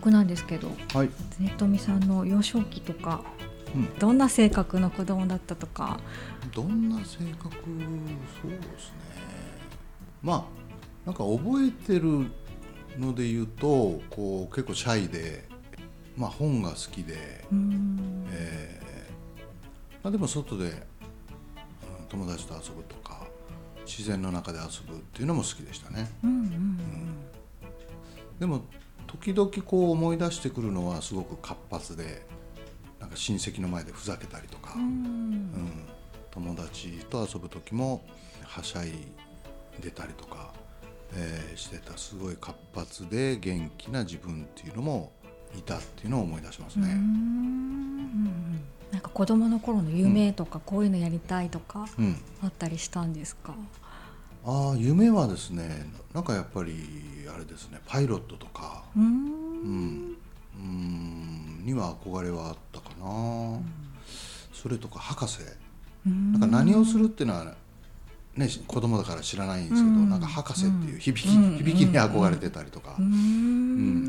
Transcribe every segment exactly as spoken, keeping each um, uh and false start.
速なんですけど、 はい、 常富さんの幼少期とか、 うん、 どんな性格の子供だったとか。 どんな性格、そうですね、まあなんか覚えてるので言うと、こう結構シャイで、まあ、本が好きで、 うーん、 えーまあ、でも外で、うん、友達と遊ぶとか自然の中で遊ぶっていうのも好きでしたね、 うんうんうんうん、でも時々こう思い出してくるのはすごく活発で、なんか親戚の前でふざけたりとか、 うんうんうん友達と遊ぶ時もはしゃいでたりとか、えーしてた、すごい活発で元気な自分っていうのもいたっていうのを思い出しますね。 うーん、なんか子供の頃の夢とか、こういうのやりたいとかうん、 あったりしたんですか？ ああ、夢はですね、なんかやっぱりあれですね、パイロットとか、 うーん、 うんうーんには憧れはあったかな、うん、それとか博士、なんか何をするっていうのはね、子供だから知らないんですけど、うん、なんか博士っていう響き、うん、響きに憧れてたりとか、うん、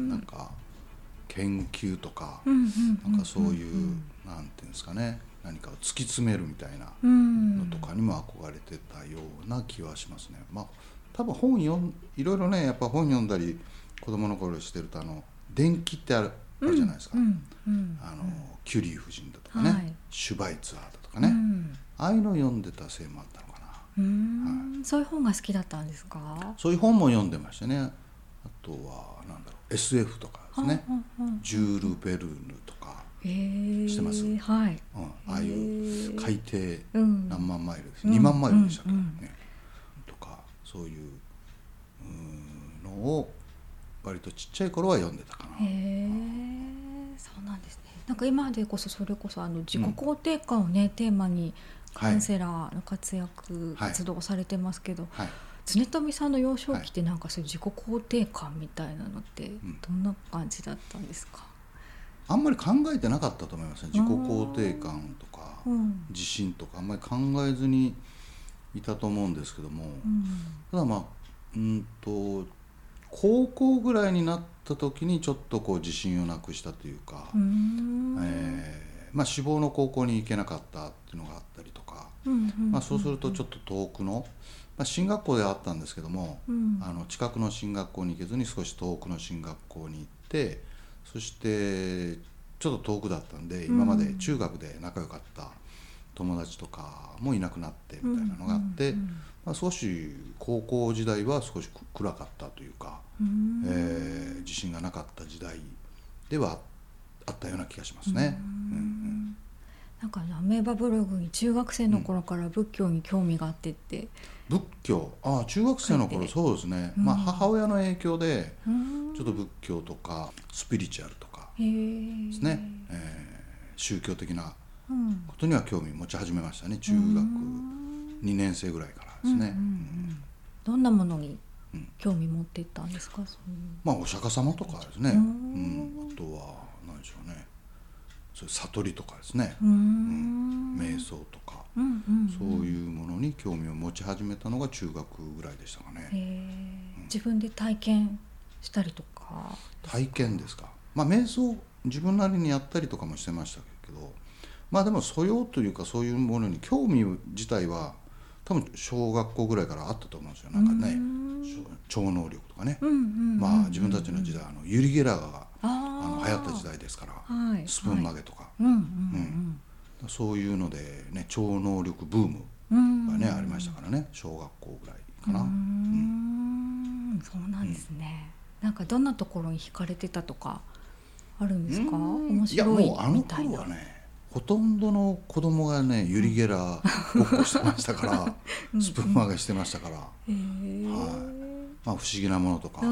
なんか研究とか、うん、なんかそういう、うん、なんていうんですかね、何かを突き詰めるみたいなのとかにも憧れてたような気はしますね。まあ多分本読んいろいろね、やっぱ本読んだり子供の頃してると、あの電気ってある、あるじゃないですか、うんうん、あのキュリー夫人だとかね、はい、シュバイツァーだとかね、うん、ああいうのを読んでたせいもあったのかな。 うーん、はい、そういう本が好きだったんですか？ そういう本も読んでましたね。あとはなんだろう、 エスエフ とかですね、ジュール・ベルヌとか、えー、してます、 はい、 うん、ああいう海底何万マイルです、 うん、 にまんマイルでしたからね、 うんうん、 とかそういうのを割とちっちゃい頃は読んでたかな。 へえ、そうなんですね。なんか今でこそそれこそあの自己肯定感をね、うん、テーマにカウンセラーの活躍、はい、活動をされてますけど、はい、常富さんの幼少期ってなんかそういう自己肯定感みたいなのってどんな感じだったんですか？ うん、あんまり考えてなかったと思いますね。自己肯定感とか、うん、自信とかあんまり考えずにいたと思うんですけども、うん、ただまあうんと高校ぐらいになった時にちょっとこう自信をなくしたというか、うーん、えーまあ、志望の高校に行けなかったっていうのがあったりとか、うんうんうんうん、まあ、そうするとちょっと遠くの、まあ、進学校ではあったんですけども、うん、あの近くの進学校に行けずに少し遠くの進学校に行って、そしてちょっと遠くだったんで、今まで中学で仲良かった友達とかもいなくなってみたいなのがあって、うんうんうん、まあ、少し高校時代は少し暗かったというか、うえー、自信がなかった時代ではあったような気がしますね。うんうん、 なんかアメーバブログに中学生の頃から仏教に興味があってって、 うん、仏教、ああ中学生の頃、そうですね、うん、まあ、母親の影響でちょっと仏教とかスピリチュアルとかですね、えー、宗教的なことには興味を持ち始めましたね。中学にねん生ぐらいからですね、うんうんうん、 どんなものに興味持っていったんですか？そういう、 まあ、お釈迦様とかですね、うん、あとは何でしょうね、そういう悟りとかですね、うん、瞑想とか、うんうんうん、そういうものに興味を持ち始めたのが中学ぐらいでしたかね。 へ、うん、自分で体験したりとか。 体験ですか、まあ、瞑想自分なりにやったりとかもしてましたけど、まあでも素養というかそういうものに興味自体は多分小学校ぐらいからあったと思うんですよ。なんかね、超能力とかね、うんうんうんうん、まあ自分たちの時代、あのユリ・ゲラーがあの流行った時代ですから、はい、スプーン曲げとか、はい、うんうんうんうん、そういうのでね、超能力ブームがね、うん、ありましたからね、小学校ぐらいかな。うん、うん、 そうなんですね、うん、なんかどんなところに惹かれてたとかあるんですか？面白いみたいな。いやもうあの頃はね、ほとんどの子供がねユリ・ゲラーごっこしてましたからうん、スプーン曲げしてましたから、うんうん、はい、まあ、不思議なものとか、うん、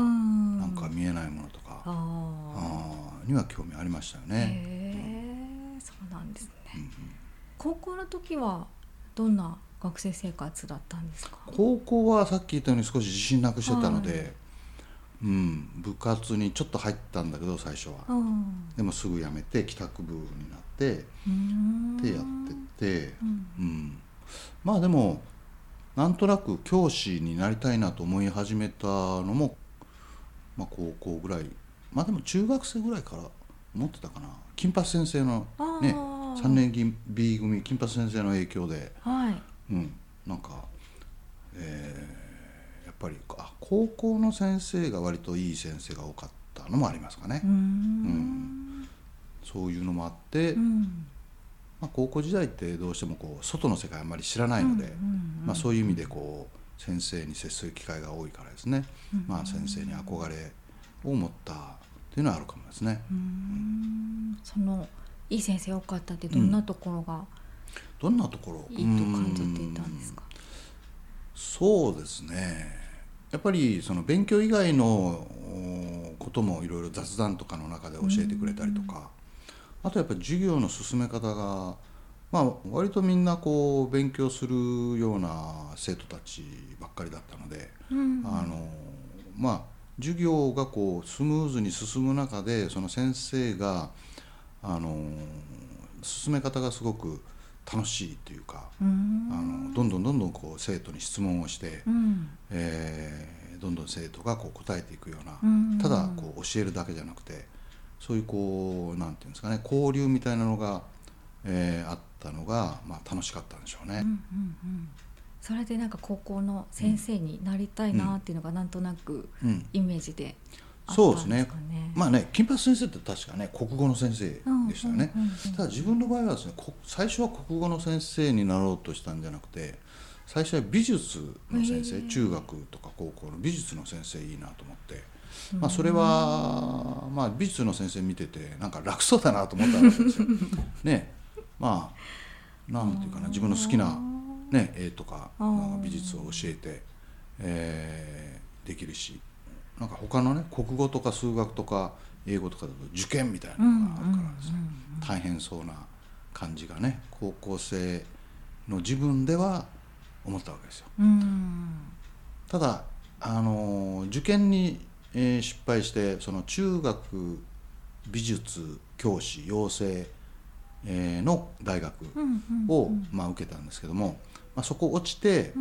なんか見えないものとか、ああには興味ありましたよね。 へ、うん、そうなんですね、うんうん、高校の時はどんな学生生活だったんですか？ 高校はさっき言ったように少し自信なくしてたので、はい、うん、部活にちょっと入ったんだけど最初は、うん、でもすぐ辞めて帰宅部になってでやってて、うんうん、まあでもなんとなく教師になりたいなと思い始めたのも、まあ、高校ぐらいまあでも中学生ぐらいから思ってたかな。金八先生のねさんねん B 組金八先生の影響で、 はいうん、なんか、えー、やっぱりあ高校の先生が割といい先生が多かったのもありますかね。 うーん、うん、 そういうのもあって、 うんまあ、高校時代ってどうしてもこう外の世界あんまり知らないので、まあ、そういう意味でこう先生に接する機会が多いからですね、まあ、先生に憧れを持ったっていうのはあるかもですね。 うーん、そのいい先生多かったってどんなところが、うん、 どんなところいいと感じていたんですか？ そうですね、やっぱりその勉強以外のこともいろいろ雑談とかの中で教えてくれたりとか、あとやっぱり授業の進め方が、まあ、割とみんなこう勉強するような生徒たちばっかりだったので、うん、あのまあ授業がこうスムーズに進む中でその先生があの進め方がすごく楽しいというか、うん、あのどんどんどんどんこう生徒に質問をして、うん、えー、どんどん生徒がこう答えていくような、うん、ただこう教えるだけじゃなくてそういうこうなんていうんですかね交流みたいなのが、えー、あったのが、まあ、楽しかったんでしょうね。うんうんうん、 それでなんか高校の先生になりたいなっていうのがなんとなくイメージであったんですかね。 そうですね。まあね金八先生って確かね国語の先生でしたよね。うんうんうんうん、ただ自分の場合はですね最初は国語の先生になろうとしたんじゃなくて最初は美術の先生、中学とか高校の美術の先生いいなと思って、まあ、それは、まあ、美術の先生見ててなんか楽そうだなと思ったわけですよ。ね、まあなんていうかな自分の好きな、ね、絵とか美術を教えて、えー、できるしなんか他のね国語とか数学とか英語とかだと受験みたいなのがあるからですね、大変そうな感じがね高校生の自分では思ったわけですよ。うん、ただあの受験に、えー、失敗してその中学美術教師養成、えー、の大学を、うんうんうんまあ、受けたんですけども、まあ、そこ落ちて、うん、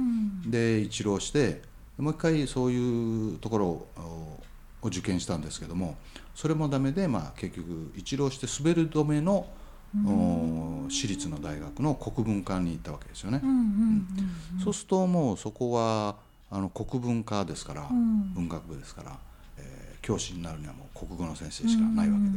で一浪してもう一回そういうところを受験したんですけどもそれもダメで、まあ、結局一浪して滑り止めの私立の大学の国文科に行ったわけですよね。そうするともうそこはあの国文科ですから、うん、文学部ですから、えー、教師になるにはもう国語の先生しかないわけで、うん、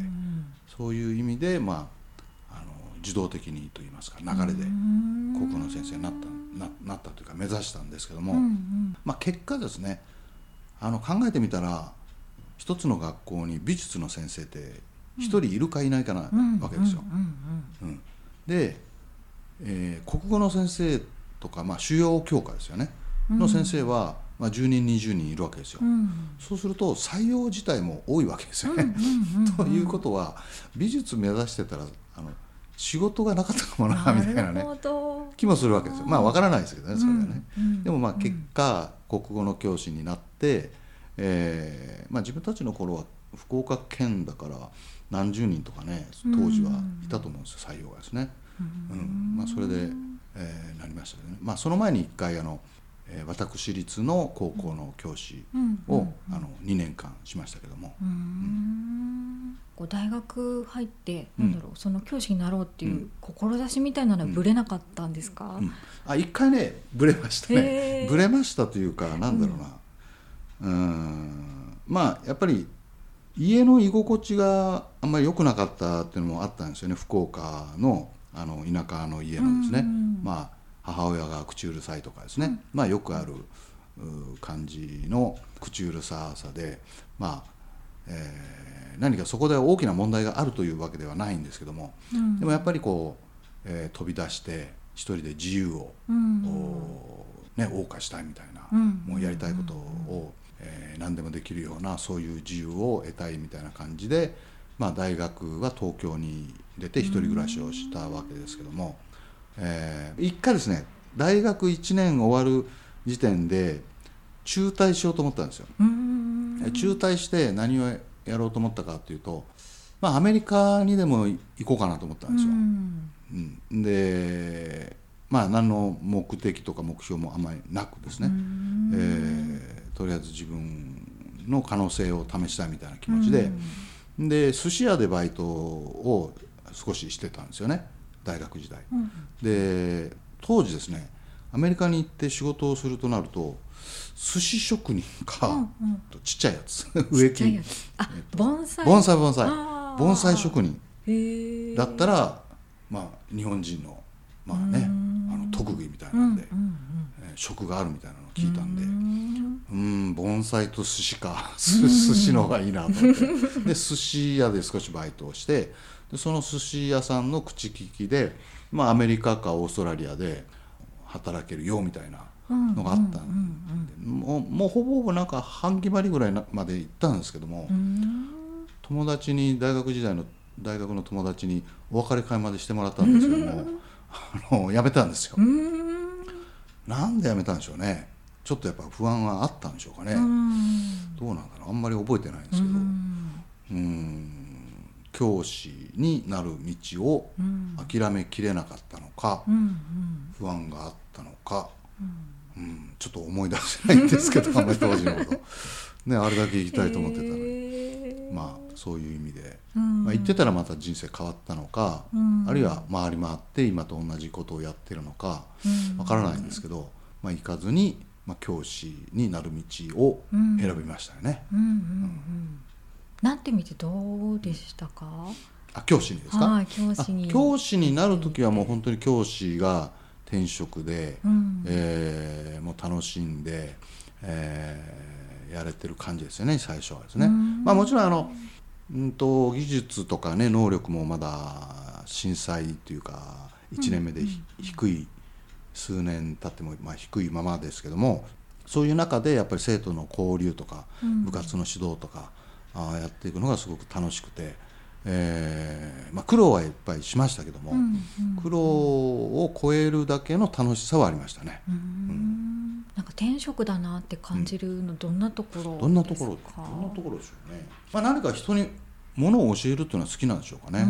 そういう意味で、まあ、あの自動的にといいますか流れで国語の先生になった、な、なったというか目指したんですけども、うんうんまあ、結果ですねあの考えてみたら一つの学校に美術の先生って一人いるかいないかなわけですよ。で、えー、国語の先生とか、まあ、主要教科ですよね、うん、の先生は、まあ、じゅうにんにじゅうにんいるわけですよ、うん、そうすると採用自体も多いわけですよね、うんうんうんうん、ということは美術目指してたらあの仕事がなかったかもなみたいなね気もするわけですよ。まあわからないですけどねそれはね、うんうん、でもまあ結果、うん、国語の教師になって、えーまあ、自分たちの頃は福岡県だから何十人とかね当時はいたと思うんですよ採用がですね、うんうんまあ、それで、えー、なりましたけどね、まあ、その前に一回あの、えー、私立の高校の教師を、うん、あのにねんかんしましたけども、うんうんこう大学入ってなんだろう、うん、その教師になろうっていう志みたいなのはぶれなかったんですか？ うんうん、あ一回ねぶれましたね。ぶれましたというかなんだろうな、うん、うんまあやっぱり家の居心地があんまり良くなかったっていうのもあったんですよね。福岡 の, あの田舎の家のですね、まあ、母親が口うるさいとかですね、うん、まあよくある感じの口うるささで、まあえー、何かそこで大きな問題があるというわけではないんですけども、うん、でもやっぱりこう、えー、飛び出して一人で自由を、うんね、謳歌したいみたいな、うん、もうやりたいことをえー、何でもできるようなそういう自由を得たいみたいな感じで、まあ、大学は東京に出て一人暮らしをしたわけですけども、えー、一回ですね大学いちねん終わる時点で中退しようと思ったんですよ。中退して何をやろうと思ったかというと、まあ、アメリカにでも行こうかなと思ったんですよ。うんうん、でまあ何の目的とか目標もあんまりなくですね、えーとりあえず自分の可能性を試したいみたいな気持ちで、うん、で寿司屋でバイトを少ししてたんですよね、大学時代、うん、で当時ですね、アメリカに行って仕事をするとなると寿司職人か、うんうん、ちっちゃいやつ植木、 えっと、盆栽盆栽盆栽盆栽職人だったら、まあ、日本人の、まあね、あの特技みたいなんで、うんうんうん、えー、職があるみたいなのを聞いたんで、うーん盆栽と寿司か寿司の方がいいなと思ってで寿司屋で少しバイトをして、でその寿司屋さんの口利きで、まあ、アメリカかオーストラリアで働けるよみたいなのがあったんで、もう、もうほぼほぼなんか半決まりぐらいまで行ったんですけども、友達に大学時代の大学の友達にお別れ会までしてもらったんですけどもあの辞めたんですよ。なんで辞めたんでしょうね。ちょっとやっぱ不安はあったんでしょうかね。どうなんだろう、あんまり覚えてないんですけど、うーん教師になる道を諦めきれなかったのか、不安があったのか、うん、ちょっと思い出せないんですけどあんまり当時のこと、ね、あれだけ行きたいと思ってたのに、まあそういう意味で、まあ、行ってたらまた人生変わったのか、あるいは回り回って今と同じことをやってるのかわからないんですけど、まあ、行かずに、まあ、教師になる道を選びましたよね。うんうんうんうん、 なってみてどうでしたか？ あ、教師にですか？ はい、教師に。 教師になるときはもう本当に教師が転職で、うんえー、もう楽しんで、えー、やれてる感じですよね、最初はですね。まあ、もちろんあの、うんと技術とかね能力もまだ震災というかいちねんめで、うん、低い数年経っても、まあ、低いままですけども、そういう中でやっぱり生徒の交流とか、うん、部活の指導とかあやっていくのがすごく楽しくて、えーまあ、苦労はいっぱいしましたけども、うんうんうん、苦労を超えるだけの楽しさはありましたね。うん、うん、 なんか転職だなって感じるのどんなところですか？ どんなところどんなところでしょうね。まあ、何か人にものを教えるっていうのは好きなんでしょうかね。うん、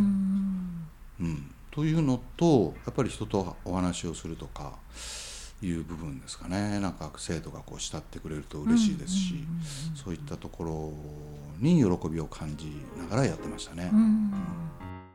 うん、というのとやっぱり人とお話をするとかいう部分ですかね。なんか生徒がこう慕ってくれると嬉しいですし、そういったところに喜びを感じながらやってましたね。うんうん